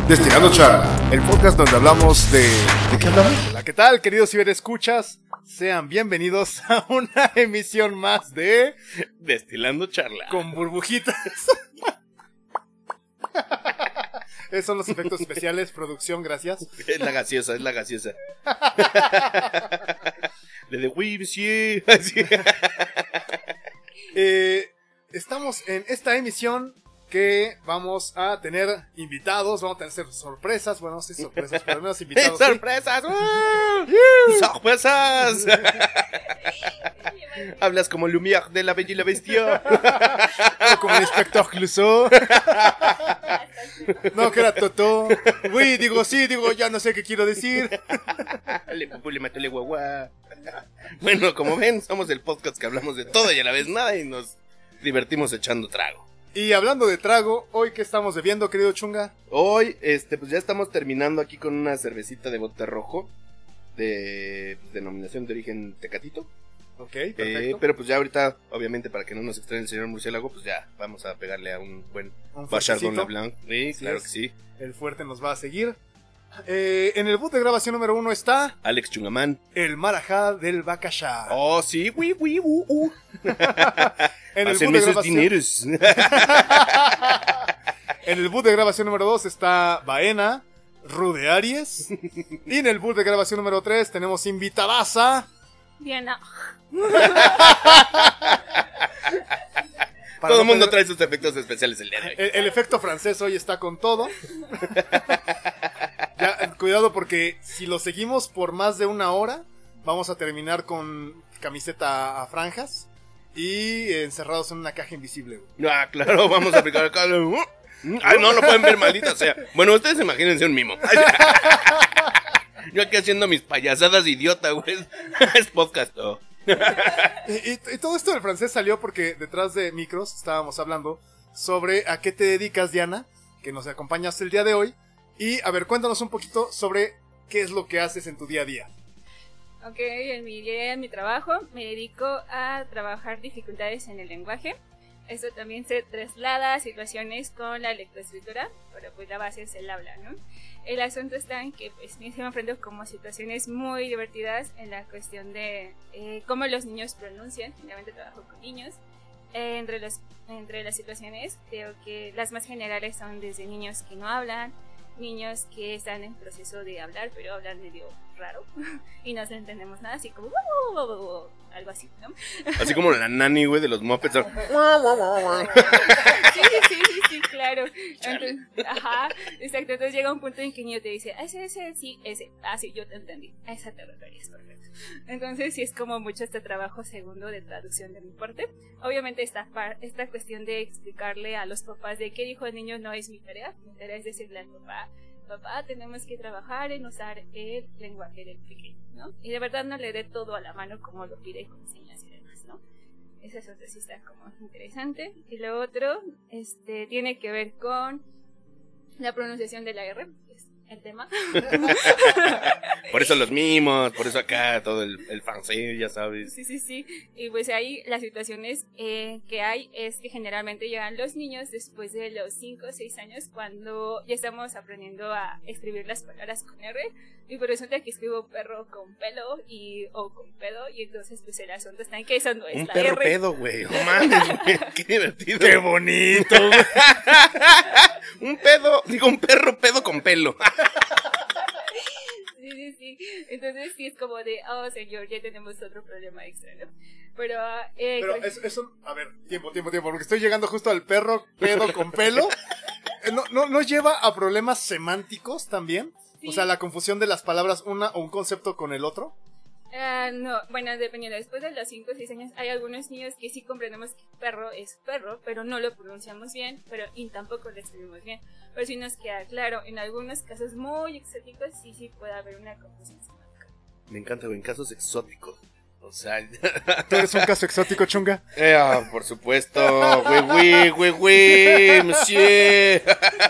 Destilando Charla, el podcast donde hablamos de... ¿De qué hablamos? Hola, ¿qué tal, queridos ciberescuchas? Sean bienvenidos a una emisión más de... Destilando Charla. Con burbujitas. Esos son los efectos especiales, producción, gracias. Es la gaseosa, es la gaseosa. Le de oui, monsieur. Estamos en esta emisión que vamos a tener invitados, vamos a tener sorpresas, bueno, no sé sorpresas, pero al menos invitados. ¡Sorpresas! ¡Sorpresas! Hablas como Lumière de La Bella y la Bestia. No, como el Inspector Clouseau. No, que era Totó. Uy, digo sí, digo ya no sé qué quiero decir. Le pupú, le mató, le guagua. Bueno, como ven, somos el podcast que hablamos de todo y a la vez nada y nos divertimos echando trago. Y hablando de trago, ¿hoy qué estamos bebiendo, querido Chunga? Hoy, pues ya estamos terminando aquí con una cervecita de bote rojo de denominación de origen Tecatito. Ok, perfecto. Pero pues ya ahorita, obviamente para que no nos extrañe el señor murciélago, pues ya vamos a pegarle a un buen Bachardon Leblanc. Sí, claro que sí. El fuerte nos va a seguir. En el boot de grabación número 1 está... Alex Chungamán. El marajá del Bacachá. Oh, sí, En el Hacen boot de esos grabación... dineros. En el boot de grabación número 2 está Baena, Rude Aries. Y en el boot de grabación número 3 tenemos invitadaza... Diana. Todo el mundo trae sus efectos especiales el día de hoy. El efecto francés hoy está con todo. Ya, cuidado porque si lo seguimos por más de una hora, vamos a terminar con camiseta a franjas y encerrados en una caja invisible. Ah, claro, vamos a aplicar acá. Ay, no lo pueden ver, maldita sea. Bueno, ustedes imagínense un mimo. Yo aquí haciendo mis payasadas idiota, güey. Es podcast, oh. Y todo esto del francés salió porque detrás de micros estábamos hablando sobre a qué te dedicas, Diana, que nos acompañas el día de hoy. Y a ver, cuéntanos un poquito sobre qué es lo que haces en tu día a día. Ok, en mi trabajo me dedico a trabajar dificultades en el lenguaje. Esto también se traslada a situaciones con la lectoescritura, pero pues la base es el habla, ¿no? El asunto está en que pues, me enfrento como situaciones muy divertidas en la cuestión de cómo los niños pronuncian. Finalmente trabajo con niños. Entre las situaciones, creo que las más generales son desde niños que no hablan, niños que están en proceso de hablar, pero hablan medio raro y no entendemos nada, así como algo así, ¿no? Así como la nani, güey, de los Muppets. Sí, claro. Entonces, ajá, exacto. Entonces llega un punto en que el niño te dice, ese, sí, ese. Ah, sí, yo te entendí. A esa te referías, perfecto. Entonces sí es como mucho este trabajo segundo de traducción de mi parte. Obviamente esta cuestión de explicarle a los papás de qué dijo el niño no es mi tarea. Mi tarea es decirle al papá, tenemos que trabajar en usar el lenguaje del pequeño, ¿no? Y de verdad no le dé todo a la mano como lo pide con señas y demás, ¿no? Esa es otra sí está como interesante. Y lo otro, tiene que ver con la pronunciación de la R, que es el tema. Por eso los mimos, por eso acá todo el francés, ya sabes. Sí. Y pues ahí las situaciones que hay es que generalmente llegan los niños después de los 5 o 6 años cuando ya estamos aprendiendo a escribir las palabras con R. Y por resulta que escribo perro con pelo o con pedo. Y entonces pues el asunto está en que eso no es un la perro R. Pedo, güey. No mames, güey. Qué divertido. ¡Qué bonito! Un perro pedo con pelo. Sí. Entonces sí es como de, oh señor, ya tenemos otro problema extra, ¿no? Pero eso, a ver, tiempo, porque estoy llegando justo al perro pedo con pelo. ¿No lleva a problemas semánticos también? Sí. O sea, la confusión de las palabras una o un concepto con el otro. No, bueno, dependiendo. Después de los 5 o 6 años hay algunos niños que sí comprendemos que perro es perro, pero no lo pronunciamos bien, y tampoco lo escribimos bien. Pero sí nos queda claro, en algunos casos muy exóticos sí puede haber una confusión semántica. Me encanta, güey, en casos exóticos. O sea... ¿Tú eres un caso exótico, Chunga? Por supuesto. Oui, monsieur.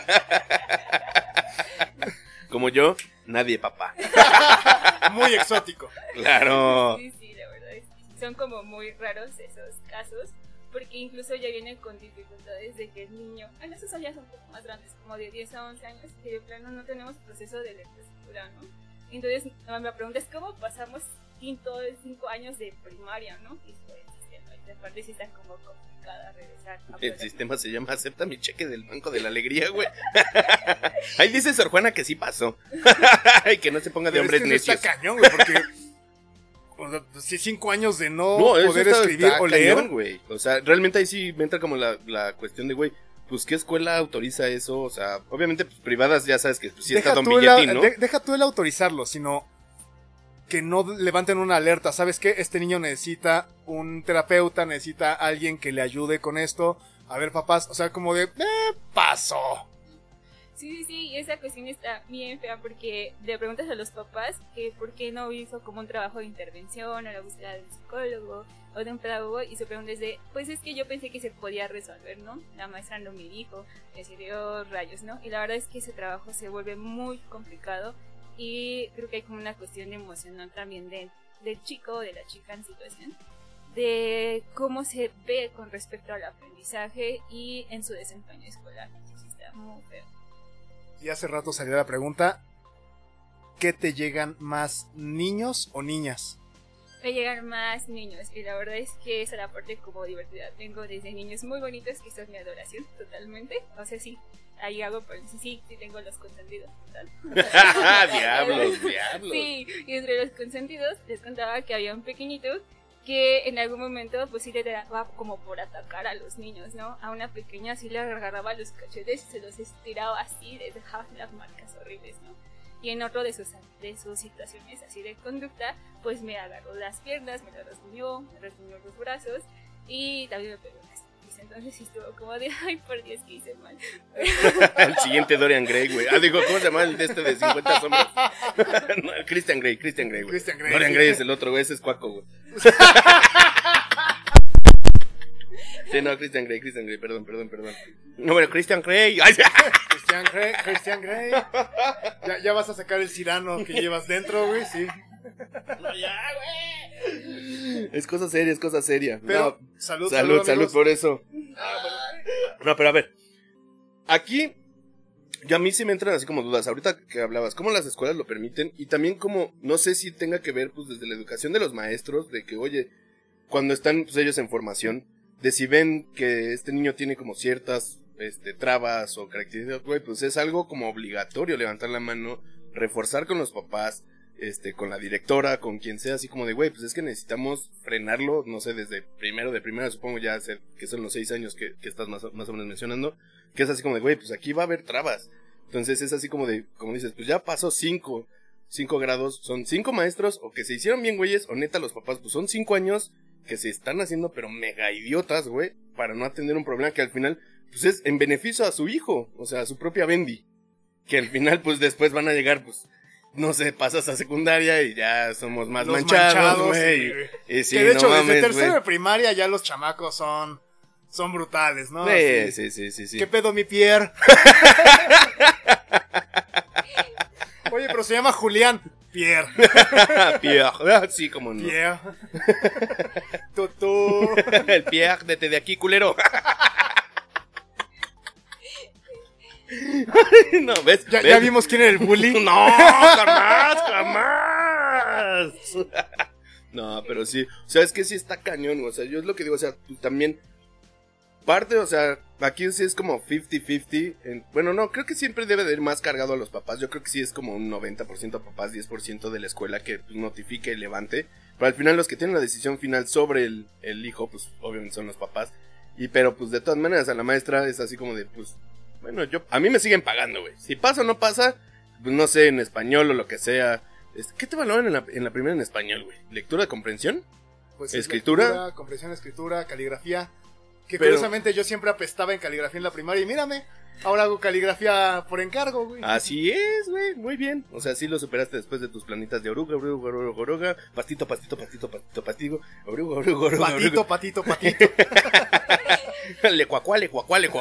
Como yo, nadie, papá. Muy exótico. Claro. Sí, la verdad. Son como muy raros esos casos. porque incluso ya vienen con dificultades de que el niño, bueno, esos ya son un poco más grandes, como de 10 a 11 años, que de plano no tenemos proceso de lectoescritura, ¿no? Entonces, la pregunta es cómo pasamos 5 años de primaria, ¿no? Y pues, aparte sí está como complicada regresar. El sistema se llama acepta mi cheque del Banco de la Alegría, güey. Ahí dice Sor Juana que sí pasó. Y que no se ponga de Pero hombres es que necios. Está cañón, güey, porque o sea, si 5 años de no eso poder está escribir o leer. cañón, güey. O sea, realmente ahí sí me entra como la cuestión de, güey, pues ¿qué escuela autoriza eso? O sea, obviamente pues, privadas ya sabes que pues, sí está Don Billetín, ¿no? Deja tú el autorizarlo, sino que no levanten una alerta. ¿Sabes qué? Este niño necesita un terapeuta, necesita alguien que le ayude con esto. A ver, papás, o sea, como de, pasó. Sí, y esa cuestión está bien fea porque le preguntas a los papás que por qué no hizo como un trabajo de intervención o la búsqueda de un psicólogo o de un pedagogo y su pregunta es de, pues es que yo pensé que se podía resolver, ¿no? La maestra no me dijo, me dio rayos, ¿no? Y la verdad es que ese trabajo se vuelve muy complicado y creo que hay como una cuestión emocional también del chico o de la chica en situación, de cómo se ve con respecto al aprendizaje y en su desempeño escolar. Eso sí está muy feo. Y hace rato salió la pregunta, ¿qué te llegan más, niños o niñas? Me llegan más niños y la verdad es que esa es la parte como divertida. Tengo desde niños muy bonitos que son mi adoración totalmente. O sea, sí, ahí hago, pero sí tengo los consentidos. Diablos. Sí, y entre los consentidos les contaba que había un pequeñito que en algún momento pues sí le daba como por atacar a los niños, ¿no? A una pequeña sí le agarraba los cachetes y se los estiraba así, les dejaba las marcas horribles, ¿no? Y en otro de sus situaciones así de conducta, pues me agarró las piernas, me rasguñó los brazos y también me pegó las narices. Entonces sí estuvo como de, ay, por Dios, que hice mal. El siguiente Dorian Gray, güey. Digo, ¿cómo se llama el de 50 sombras? No, Christian Grey, güey. Dorian Gray es el otro, güey, ese es Cuaco, güey. Sí, no, Christian Grey, perdón. No, bueno, Christian Grey. Christian Grey. Ya vas a sacar el Cyrano que llevas dentro, güey, sí. No, ya, güey. Es cosa seria. Pero, no, salud por eso. No, pero a ver. Aquí, yo a mí sí me entran así como dudas. Ahorita que hablabas, ¿cómo las escuelas lo permiten? Y también como, no sé si tenga que ver, pues, desde la educación de los maestros, de que, oye, cuando están, pues, ellos en formación, de si ven que este niño tiene como ciertas trabas o características, güey, pues es algo como obligatorio levantar la mano, reforzar con los papás, con la directora, con quien sea, así como de, güey, pues es que necesitamos frenarlo, no sé, desde de primera supongo ya que son los 6 años que estás más o menos mencionando, que es así como de, güey, pues aquí va a haber trabas. Entonces es así como de, como dices, pues ya pasó 5 grados, son 5 maestros, o que se hicieron bien güeyes, o neta los papás, pues son 5 años que se están haciendo pero mega idiotas, güey, para no atender un problema que al final, pues es en beneficio a su hijo, o sea, a su propia Bendy, que al final, pues después van a llegar, pues, no sé, pasas a secundaria y ya somos más los manchados, güey. Sí, sí, que de hecho, no desde mames, tercero güey. de primaria ya los chamacos son brutales, ¿no? Sí. ¿Qué pedo, mi Pierre? Oye, pero se llama Julián. Pierre. Pierre, sí, como no. Pierre. Tú. El Pierre, vete de aquí, culero. No, ¿ves? ¿Ya vimos quién era el bully? No, jamás. No, pero sí, o sea, es que sí está cañón, o sea, yo es lo que digo, o sea, tú también parte, o sea, aquí sí es como 50-50, bueno, no, creo que siempre debe de ir más cargado a los papás, yo creo que sí es como un 90% papás, 10% de la escuela que pues, notifique y levante, pero al final los que tienen la decisión final sobre el hijo, pues obviamente son los papás, pero pues de todas maneras a la maestra es así como de, pues, bueno, a mí me siguen pagando, güey, si pasa o no pasa, pues no sé, en español o lo que sea. ¿Qué te valoran en la primera en español, güey? ¿Lectura de comprensión? Pues ¿Escritura? Comprensión, escritura, caligrafía. Que Pero curiosamente yo siempre apestaba en caligrafía en la primaria y mírame, ahora hago caligrafía por encargo, güey. Así es, güey, muy bien. O sea, sí lo superaste después de tus planitas de oruga, pastito, oruga. Patito. Le cuacuá.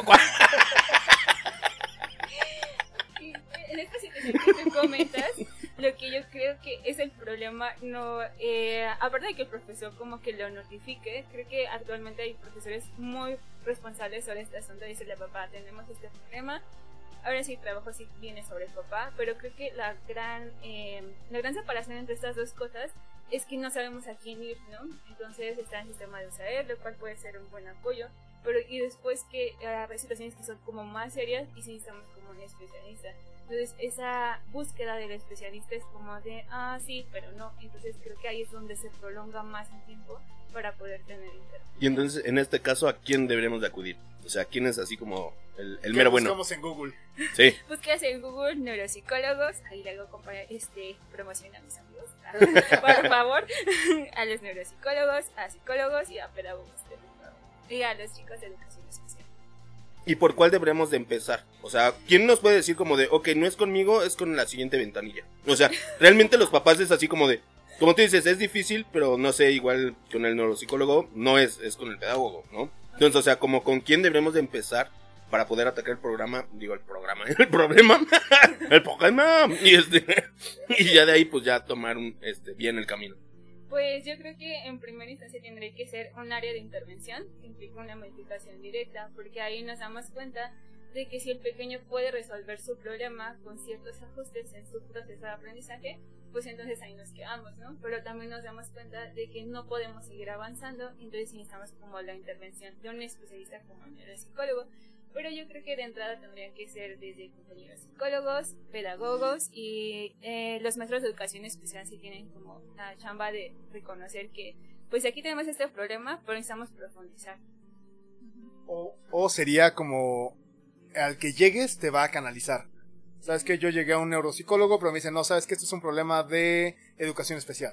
En esta situación que tú comentas, Lo que yo creo que es el problema, no, aparte de que el profesor como que lo notifique, creo que actualmente hay profesores muy responsables sobre este asunto. Dice papá, tenemos este problema. Ahora sí, el trabajo sí viene sobre el papá, pero creo que la gran separación entre estas dos cosas es que no sabemos a quién ir, ¿no? Entonces está el sistema de USAER, lo cual puede ser un buen apoyo, pero y después que hay situaciones que son como más serias y sí necesitamos como un especialista. Entonces esa búsqueda del especialista es como de, sí, pero no. Entonces creo que ahí es donde se prolonga más el tiempo para poder tener internet. Y entonces, en este caso, ¿a quién deberíamos de acudir? O sea, ¿quién es así como el mero bueno? Buscamos en Google. Sí. Buscas en Google neuropsicólogos, ahí le hago promoción a mis amigos, por favor, a los neuropsicólogos, a psicólogos y a pedagogos y a los chicos de educación especial. ¿Y por cuál deberíamos de empezar? O sea, ¿quién nos puede decir como de, ok, no es conmigo, es con la siguiente ventanilla? O sea, realmente los papás es así como de, como tú dices, es difícil, pero no sé, igual con el neuropsicólogo, no es con el pedagogo, ¿no? Entonces, o sea, como con quién deberíamos de empezar para poder atacar el problema, y ya de ahí pues ya tomar bien el camino. Pues yo creo que en primera instancia tendría que ser un área de intervención que implica una modificación directa, porque ahí nos damos cuenta de que si el pequeño puede resolver su problema con ciertos ajustes en su proceso de aprendizaje, pues entonces ahí nos quedamos, ¿no? Pero también nos damos cuenta de que no podemos seguir avanzando, entonces necesitamos como la intervención de un especialista como el neuropsicólogo. Pero yo creo que de entrada tendrían que ser desde compañeros psicólogos, pedagogos y los maestros de educación especial, si tienen como la chamba de reconocer que pues aquí tenemos este problema, pero necesitamos profundizar. O sería como al que llegues te va a canalizar. Sabes que yo llegué a un neuropsicólogo, pero me dice, no, sabes que esto es un problema de educación especial.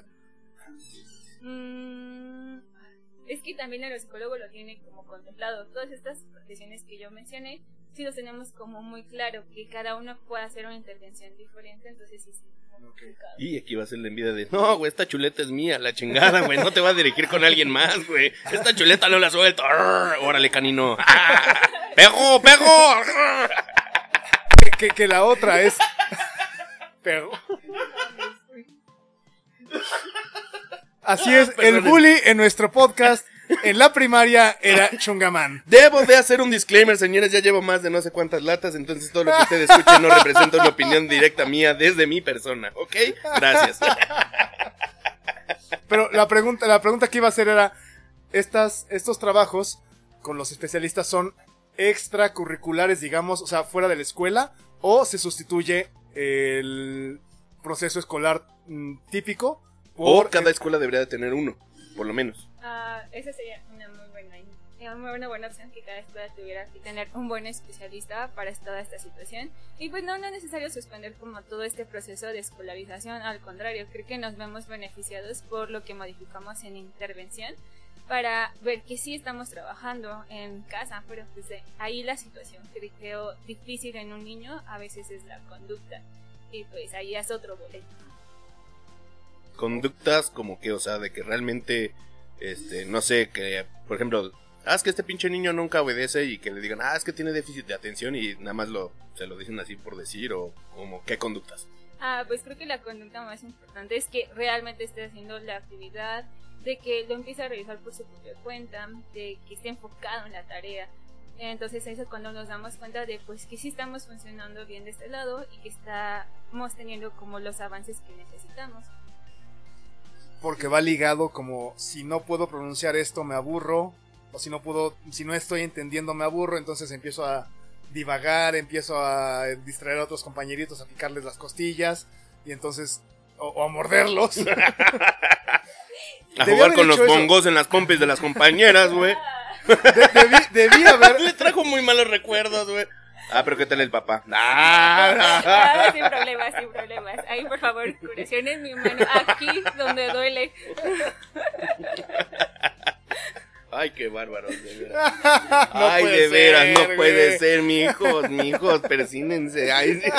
Es que también el neuropsicólogo lo tiene como contemplado. Todas estas profesiones que yo mencioné, sí los tenemos como muy claro, que cada uno puede hacer una intervención diferente, entonces sí. Y aquí va a ser la envidia de, no, güey, esta chuleta es mía, la chingada, güey, no te vas a dirigir con alguien más, güey. Esta chuleta no la suelto. Órale, canino. ¡Pego! Que la otra es... Pego. Así es, el bully en nuestro podcast en la primaria era Chungamán. Debo de hacer un disclaimer, señores, ya llevo más de no sé cuántas latas, entonces todo lo que ustedes escuchen no representa una opinión directa mía desde mi persona, ¿ok? Gracias. Pero la pregunta que iba a hacer era, estos trabajos con los especialistas son extracurriculares, digamos, o sea, fuera de la escuela, o se sustituye el proceso escolar típico. O cada escuela debería de tener uno, por lo menos. Esa sería una muy buena opción, que cada escuela tuviera que tener un buen especialista para toda esta situación. Y pues no es necesario suspender como todo este proceso de escolarización, al contrario, creo que nos vemos beneficiados por lo que modificamos en intervención para ver que sí estamos trabajando en casa, pero pues ahí la situación que creo difícil en un niño a veces es la conducta, y pues ahí es otro boleto. Conductas como que, o sea, de que realmente, no sé, que, por ejemplo, es que este pinche niño nunca obedece, y que le digan, es que tiene déficit de atención, y nada más se lo dicen así por decir, o como, ¿qué conductas? Pues creo que la conducta más importante es que realmente esté haciendo la actividad, de que lo empiece a realizar por su propia cuenta, de que esté enfocado en la tarea. Entonces eso es cuando nos damos cuenta de pues que sí estamos funcionando bien de este lado y que estamos teniendo como los avances que necesitamos. Porque va ligado como, si no puedo pronunciar esto me aburro, o si no estoy entendiendo me aburro, entonces empiezo a divagar, empiezo a distraer a otros compañeritos, a picarles las costillas, y entonces, o a morderlos. A jugar con los bongos en las pompis de las compañeras, güey. Debí haber... Le trajo muy malos recuerdos, güey. Pero ¿qué tal el papá? Sin problemas. Ahí, por favor, curaciones mi mano aquí donde duele. Ay, qué bárbaro, de veras. Ay, de veras, no puede ser, mijos, persínense. Ay, sí.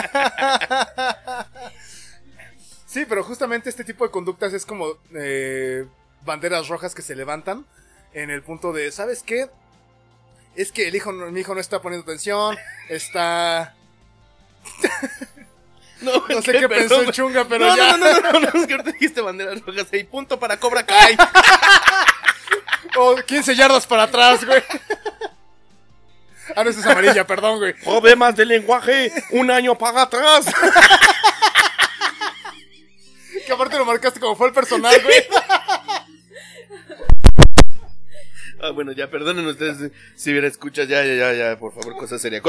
Sí, pero justamente este tipo de conductas es como banderas rojas que se levantan en el punto de, ¿sabes qué? Es que mi hijo no está poniendo atención, está... No sé qué pensó el Chunga, pero no, ya. No, es que ahorita dijiste banderas rojas y punto para Cobra Kai. O 15 yardas para atrás, güey. Ah, no, esa es amarilla, perdón, güey. Problemas de lenguaje, un año para atrás. Que aparte lo marcaste como fue el personal, güey. Ah, bueno, ya, perdonen ustedes si hubiera escuchas, ya, por favor, cosa seria.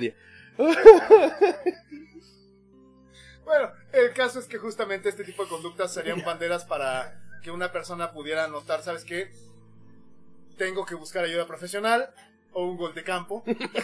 Bueno, el caso es que justamente este tipo de conductas serían banderas para que una persona pudiera notar, ¿sabes qué? Tengo que buscar ayuda profesional o un gol de campo.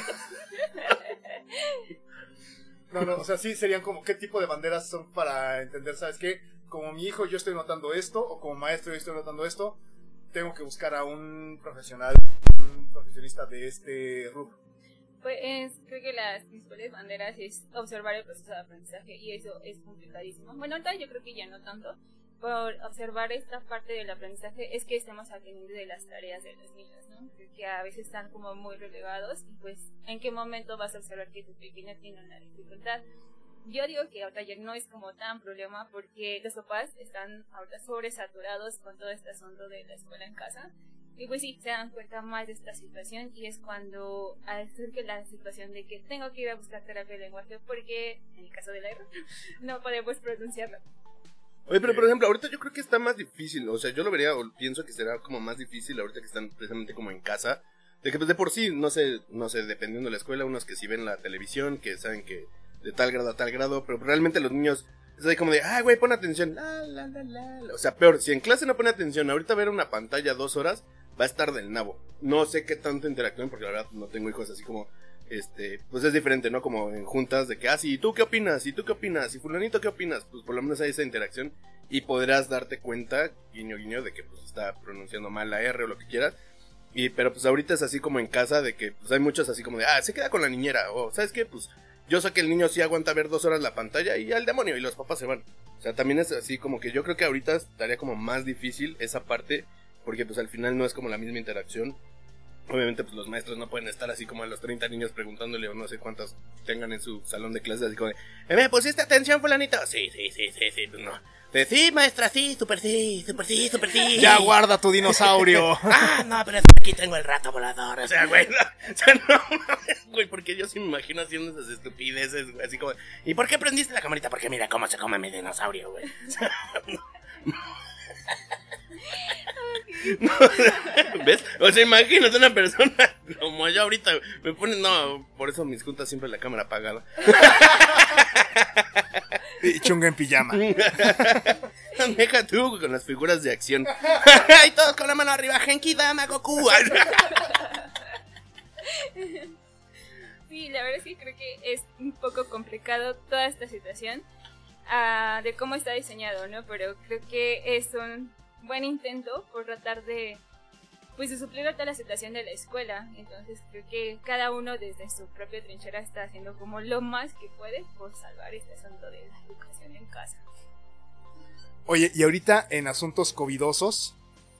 No, o sea, sí serían como qué tipo de banderas son para entender, ¿sabes qué? Como mi hijo yo estoy notando esto, o como maestro yo estoy notando esto, tengo que buscar a un profesional, un profesionista de este rubro. Pues creo que las principales banderas es observar el proceso de aprendizaje y eso es complicadísimo. Bueno, ahorita yo creo que ya no tanto. Por observar esta parte del aprendizaje es que estemos al pendiente de las tareas de los niños, ¿no? Que a veces están como muy relegados y pues en qué momento vas a observar que tu pequeño tiene una dificultad. Yo digo que ahorita ya no es como tan problema porque los papás están ahorita sobresaturados con todo este asunto de la escuela en casa. Y pues sí, se dan cuenta más de esta situación y es cuando surge la situación de que tengo que ir a buscar terapia de lenguaje porque, en el caso de la R, no podemos pronunciarlo. Oye, pero por ejemplo, ahorita yo creo que está más difícil, o sea, yo lo vería, o pienso que será como más difícil ahorita que están precisamente como en casa, de que pues de por sí, no sé, dependiendo de la escuela, unos que si ven la televisión, que saben que de tal grado a tal grado, pero realmente los niños es ahí como de, güey, pon atención, o sea, peor, si en clase no pone atención, ahorita ver una pantalla 2 horas, va a estar del nabo, no sé qué tanto interactúen, porque la verdad no tengo hijos así como... pues es diferente, ¿no? Como en juntas de que, sí, ¿y tú qué opinas? ¿Y tú qué opinas? ¿Y fulanito qué opinas? Pues por lo menos hay esa interacción y podrás darte cuenta, guiño, guiño, de que pues está pronunciando mal la R o lo que quieras. Pero pues ahorita es así como en casa de que pues hay muchos así como de, se queda con la niñera. O, ¿sabes qué? Pues yo sé que el niño sí aguanta ver 2 horas la pantalla y al demonio y los papás se van. O sea, también es así como que yo creo que ahorita estaría como más difícil esa parte porque pues al final no es como la misma interacción. Obviamente pues los maestros no pueden estar así como a los 30 niños preguntándole o no sé cuántos tengan en su salón de clases así como de, ¿me pusiste atención fulanito? Sí, pues no. De, sí, maestra, sí, súper sí. Ya guarda tu dinosaurio. No, pero aquí tengo el rato volador. O sea, güey, güey, porque yo sí me imagino haciendo esas estupideces, güey, así como, ¿y por qué prendiste la camarita? Porque mira cómo se come mi dinosaurio, güey. O sea, no, ¿ves? O sea, imagínate una persona como yo ahorita me ponen, no, por eso mis juntas siempre la cámara apagada. Y Chunga en pijama. Deja tú con las figuras de acción. Y todos con la mano arriba, Genki Dama Goku. Sí, la verdad sí creo que es un poco complicado toda esta situación de cómo está diseñado, ¿no? Pero creo que es un buen intento por tratar de suplir toda la situación de la escuela. Entonces creo que cada uno desde su propia trinchera está haciendo como lo más que puede por salvar este asunto de la educación en casa. Oye, y ahorita en asuntos covidosos,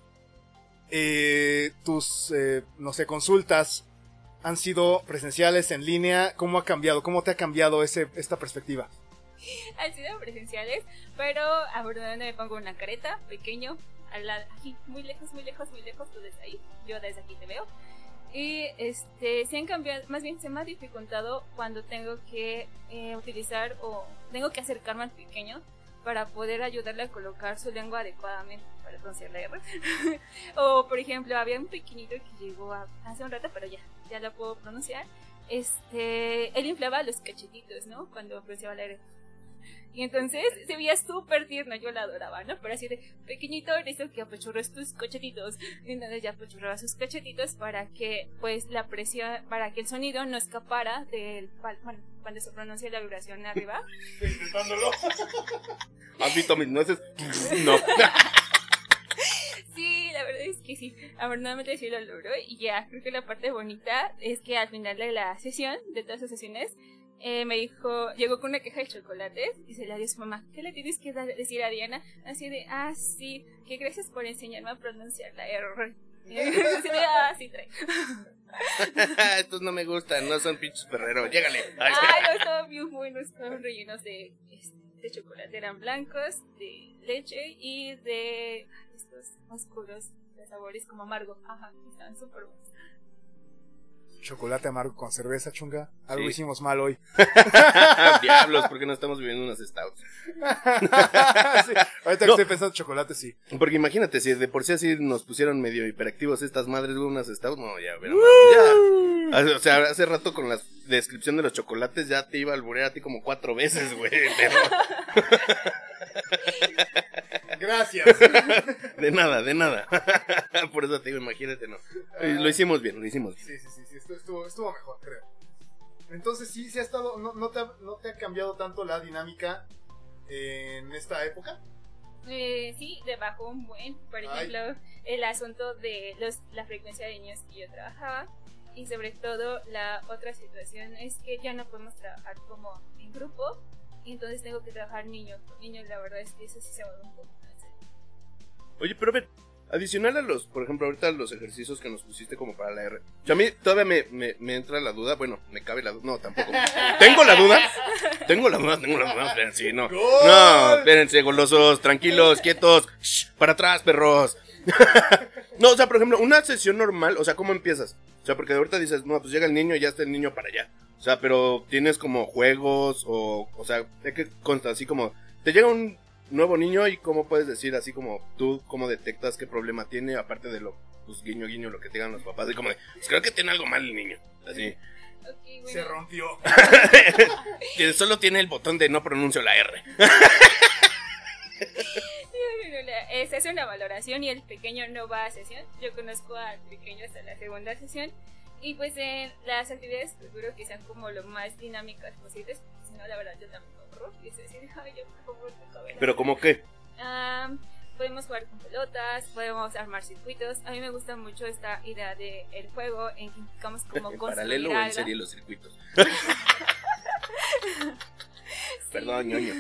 tus, no sé, consultas han sido presenciales, en línea. ¿Cómo ha cambiado? ¿Cómo te ha cambiado esta perspectiva? Han sido presenciales, pero ahora me pongo una careta, pequeño, aquí, muy lejos, tú desde ahí, yo desde aquí te veo. Y se han cambiado, más bien se me ha dificultado cuando tengo que utilizar o tengo que acercarme al pequeño para poder ayudarle a colocar su lengua adecuadamente para pronunciar la R. O por ejemplo, había un pequeñito que llegó hace un rato, pero ya lo puedo pronunciar. Él inflaba los cachetitos, ¿no? Cuando pronunciaba la R. Y entonces se veía súper tierno, yo la adoraba, ¿no? Pero así de pequeñito le hizo que apachurres tus cachetitos. Y entonces ya apachurraba sus cachetitos para que pues la presión, para que el sonido no escapara del cuando se pronuncia la vibración arriba. Intentándolo. ¿Has visto mis nueces? No. Sí, la verdad es que sí, afortunadamente sí lo logró. Y ya, creo que la parte bonita es que al final de la sesión, de todas las sesiones, me dijo, llegó con una caja de chocolates y se la dio a su mamá. ¿Qué le tienes que decir a Diana? Así de, sí, que gracias por enseñarme a pronunciar la R. Y así de, sí, trae. Estos no me gustan, no son pinches Ferrero, llégale. Ay, no, estaban bien buenos, estaban rellenos de chocolate, eran blancos, de leche y de estos oscuros de sabores como amargo. Ajá, estaban súper buenos. Chocolate amargo con cerveza, chunga. Algo Sí. hicimos mal hoy. Diablos, ¿por qué no estamos viviendo unas stouts? Sí, ahorita que No. estoy pensando chocolate, sí. Porque imagínate, si de por sí así nos pusieron medio hiperactivos estas madres, güey, unas stouts, no, ya, pero ya. O sea, hace rato con la descripción de los chocolates ya te iba a alburear a ti como 4 veces, güey. Pero Gracias. de nada. Por eso te digo, imagínate, no. Lo hicimos bien. Sí, estuvo mejor, creo. Entonces sí ha estado, no te ha cambiado tanto la dinámica en esta época. Sí, de bajo un buen. Por ejemplo, el asunto de la frecuencia de niños que yo trabajaba. Y sobre todo, la otra situación es que ya no podemos trabajar como en grupo. Y entonces tengo que trabajar niño por niño. La verdad es que eso sí se va un poco más. Oye, pero a ver, adicional a los, por ejemplo, ahorita los ejercicios que nos pusiste como para la R. O sea, a mí todavía me entra la duda, bueno, me cabe la duda, no, tampoco. Tengo la duda, espérense, no. No, espérense, golosos, tranquilos, quietos, shh, para atrás, perros. No, o sea, por ejemplo, una sesión normal, o sea, ¿cómo empiezas? O sea, porque ahorita dices, no, pues llega el niño y ya está el niño para allá. O sea, pero tienes como juegos o sea, ¿de qué consta? Así como, te llega un nuevo niño y cómo puedes decir, así como tú, cómo detectas qué problema tiene, aparte de lo, pues guiño, lo que te digan los papás, y como de, pues creo que tiene algo mal el niño, así. Okay, bueno. Se rompió. Que solo tiene el botón de no pronuncio la R. Se hace una valoración y el pequeño no va a sesión. Yo conozco al pequeño hasta la segunda sesión. Y pues en las actividades procuro que sean como lo más dinámicas posibles. Si no, la verdad, yo también corro. Y es decir, ay, yo por favor, me cabe la Pero ¿cómo qué? Podemos jugar con pelotas, podemos armar circuitos. A mí me gusta mucho esta idea de el juego en que implicamos como ¿En construir paralelo o en algo. serie los circuitos? Perdón, ñoño.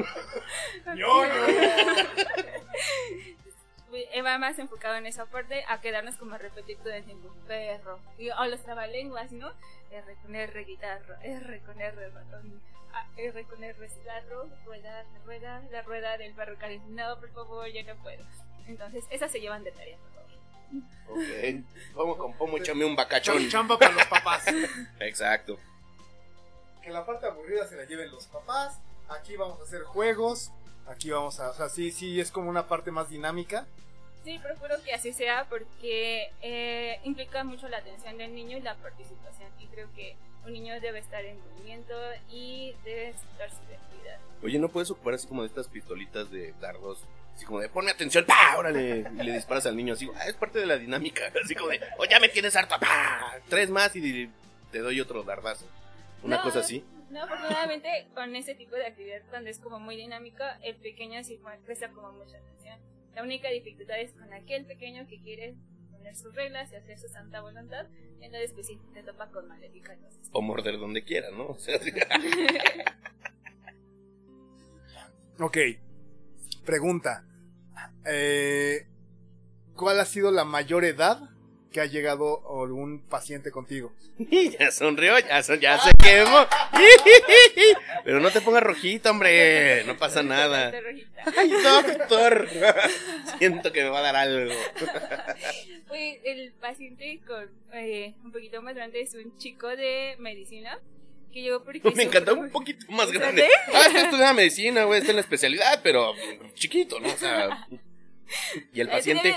Va más enfocado en esa parte a quedarnos como a repetir todo el tiempo perro o los trabalenguas, ¿no? R con R guitarra, R con R ratón, R con R cigarro, rueda, la rueda del perro calentado, por favor, yo no puedo. Entonces esas se llevan de tarea, por favor. Ok, vamos con pomo, échame un bacachón. Chamba para los papás. Exacto. Que la parte aburrida se la lleven los papás. Aquí vamos a hacer juegos. Aquí vamos a, o sea, sí es como una parte más dinámica. Sí, procuro que así sea porque implica mucho la atención del niño y la participación. Y creo que un niño debe estar en movimiento y debe dar su creatividad. Oye, ¿no puedes ocupar así como de estas pistolitas de dardos? Así como de, ponme atención, ¡pah! Órale, y le disparas al niño así, es parte de la dinámica. Así como de, ya me tienes harto, ¡pah! 3 más y te doy otro dardazo. Una cosa así. No, afortunadamente con ese tipo de actividad, cuando es como muy dinámica, el pequeño sí presta como mucha atención. La única dificultad es con aquel pequeño que quiere poner sus reglas y hacer su santa voluntad, entonces pues sí, te topa con maléfica. Entonces. O morder donde quiera, ¿no? O sea, sí. Ok. Pregunta. ¿Cuál ha sido la mayor edad que ha llegado algún paciente contigo? Ya sonrió, ya se quemó. Pero no te pongas rojita, hombre. No pasa nada. Ay, doctor. Siento que me va a dar algo. Pues el paciente con un poquito más grande es un chico de medicina que llegó porque Me encantó un poquito más grande. Está estudiando medicina, güey, está en la especialidad, pero chiquito, ¿no? O sea, y el paciente.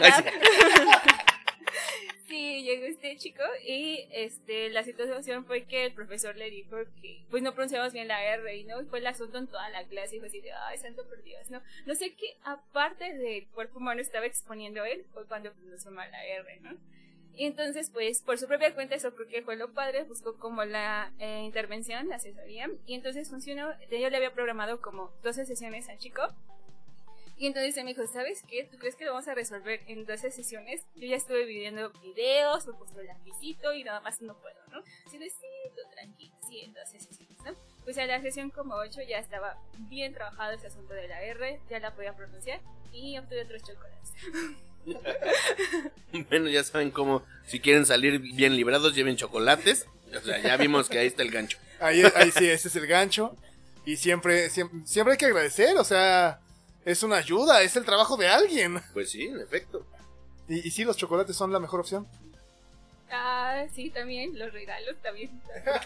Sí, llegó este chico y la situación fue que el profesor le dijo que pues no pronunciamos bien la R y no, y fue el asunto en toda la clase y fue así de, ay, santo por Dios, no sé qué aparte del cuerpo humano estaba exponiendo él, fue cuando pronunció mal la R, ¿no? Y entonces pues por su propia cuenta, eso creo que fue lo padre, buscó como la intervención, la asesoría, y entonces funcionó. Yo le había programado como 12 sesiones al chico. Y entonces él me dijo, ¿sabes qué? ¿Tú crees que lo vamos a resolver en 12 sesiones? Yo ya estuve viendo videos, me puse el lapicito y nada más no puedo, ¿no? Así de, sí, tú tranquilo, sí, en 12 sesiones, ¿no? Pues a la sesión como 8 ya estaba bien trabajado ese asunto de la R, ya la podía pronunciar y obtuve otros chocolates. Bueno, ya saben cómo, si quieren salir bien librados, lleven chocolates. O sea, ya vimos que ahí está el gancho. Ahí sí, ese es el gancho. Y siempre hay que agradecer, o sea, es una ayuda, es el trabajo de alguien. Pues sí, en efecto. Y sí, los chocolates son la mejor opción. Ah, sí, también, los regalos también.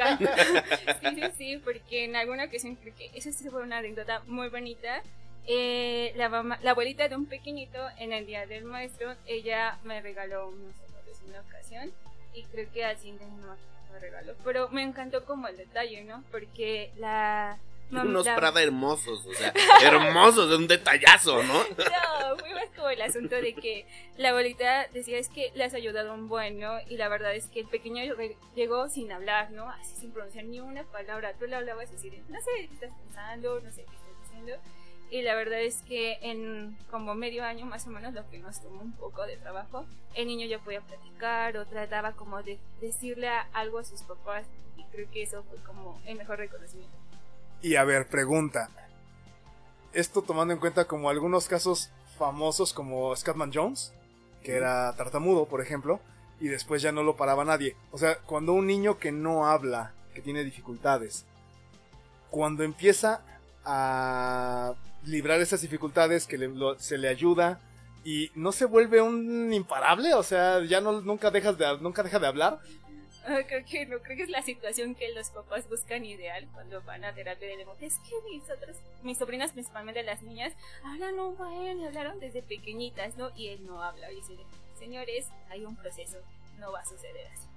Sí, porque en alguna ocasión creo que esa sí fue una anécdota muy bonita. La abuelita de un pequeñito, en el día del maestro, ella me regaló unos zapatos en una ocasión. Y creo que al siguiente no me regaló. Pero me encantó como el detalle, ¿no? Porque unos Prada hermosos, o sea, hermosos, de un detallazo, ¿no? No, fue más como el asunto de que la abuelita decía, es que le has ayudado un buen, ¿no? Y la verdad es que el pequeño llegó sin hablar, ¿no? Así sin pronunciar ni una palabra. Tú le hablabas así de, no sé qué estás pensando, no sé qué estás diciendo. Y la verdad es que en como medio año más o menos, lo que nos tomó un poco de trabajo, el niño ya podía platicar o trataba como de decirle algo a sus papás. Y creo que eso fue como el mejor reconocimiento. Y a ver, pregunta. Esto tomando en cuenta como algunos casos famosos como Scatman Jones, que era tartamudo, por ejemplo, y después ya no lo paraba nadie. O sea, cuando un niño que no habla, que tiene dificultades, cuando empieza a librar esas dificultades, que se le ayuda y no se vuelve un imparable, o sea, ya nunca deja de hablar. Creo que es la situación que los papás buscan ideal cuando van a terapia de lenguaje. Es que mis sobrinas, principalmente las niñas, hablan un buen, hablaron desde pequeñitas, ¿no? Y él no habla. Y dice, señores, hay un proceso, no va a suceder así.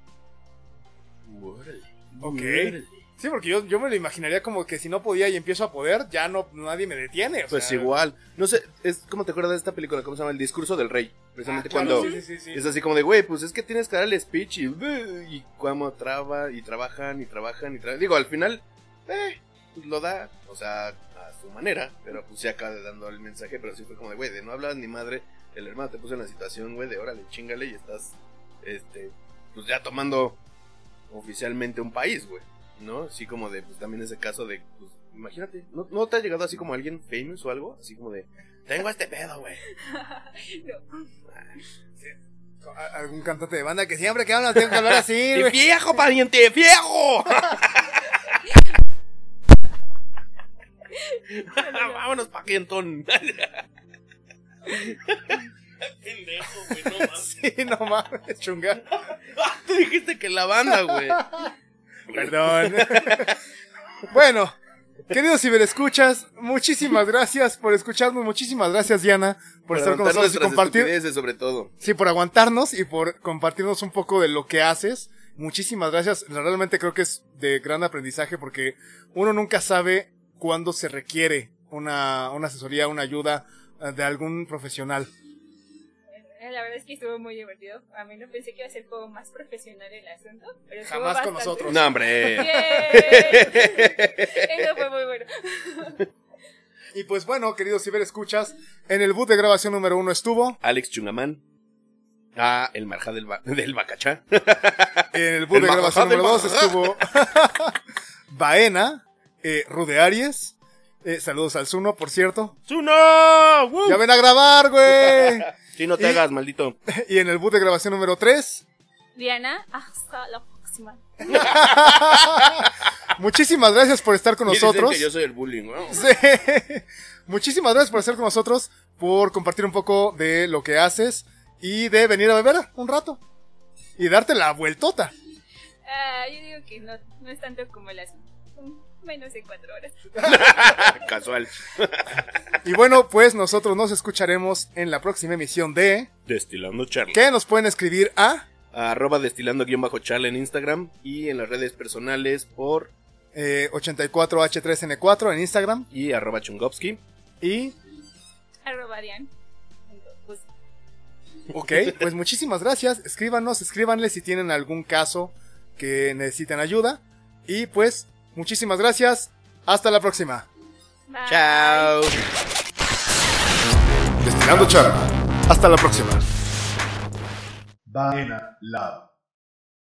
Ok. Sí, porque yo me lo imaginaría como que si no podía y empiezo a poder, ya nadie me detiene. Pues igual. No sé, es como te acuerdas de esta película, ¿cómo se llama? El discurso del rey. Precisamente claro, cuando sí. es así como de, güey, pues es que tienes que dar el speech y como traba y trabajan. Digo, al final, pues lo da, o sea, a su manera, pero pues se acaba dando el mensaje, pero sí fue como de, güey, de no hablas ni madre, el hermano te puso en la situación, güey, de órale, chingale y estás, pues ya tomando oficialmente un país, güey. ¿No? Así como de, pues también ese caso de, pues, imagínate, ¿no te ha llegado así como alguien famous o algo? Así como de, tengo este pedo, güey. No. Algún cantante de banda que siempre que habla tengo que hablar así, güey. ¡Viejo, pariente, viejo! Vámonos pa' Quintón. Pendejo, güey, no mames. Sí, no mames, chunga. Tú dijiste que la banda, güey. Perdón. Bueno, queridos ciberescuchas, muchísimas gracias por escucharnos, muchísimas gracias Diana por estar con nosotros y compartir, sobre todo. Sí, por aguantarnos y por compartirnos un poco de lo que haces. Muchísimas gracias. Realmente creo que es de gran aprendizaje porque uno nunca sabe cuándo se requiere una asesoría, una ayuda de algún profesional. La verdad es que estuvo muy divertido. A mí no pensé que iba a ser como más profesional el asunto, pero jamás con nosotros. No, hombre. Eso fue muy bueno. Y pues bueno, queridos ciberescuchas, en el boot de grabación número 1 estuvo Alex Chungamán. El marjá del Bacachá. En el boot de grabación número 2 estuvo Baena, Rude Aries. Saludos al Zuno, por cierto. ¡Zuno! ¡Ya ven a grabar, güey! Sí, no te hagas, maldito. Y en el boot de grabación número 3 Diana, hasta la próxima. Muchísimas gracias por estar con nosotros. Que yo soy el bullying, ¿no? Sí. Muchísimas gracias por estar con nosotros, por compartir un poco de lo que haces y de venir a beber un rato y darte la vueltota. Yo digo que no es tanto como las menos de 4 horas. Casual. Y bueno, pues nosotros nos escucharemos en la próxima emisión de Destilando Charla. ¿Qué nos pueden escribir a? @destilando_charla en Instagram y en las redes personales por 84H3N4 en Instagram y @Chungopsky y @Dian. Ok, pues muchísimas gracias. Escríbanle si tienen algún caso que necesiten ayuda. Y pues, muchísimas gracias. Hasta la próxima. Bye. Chao. Destilando charla. Hasta la próxima. Baena Lab.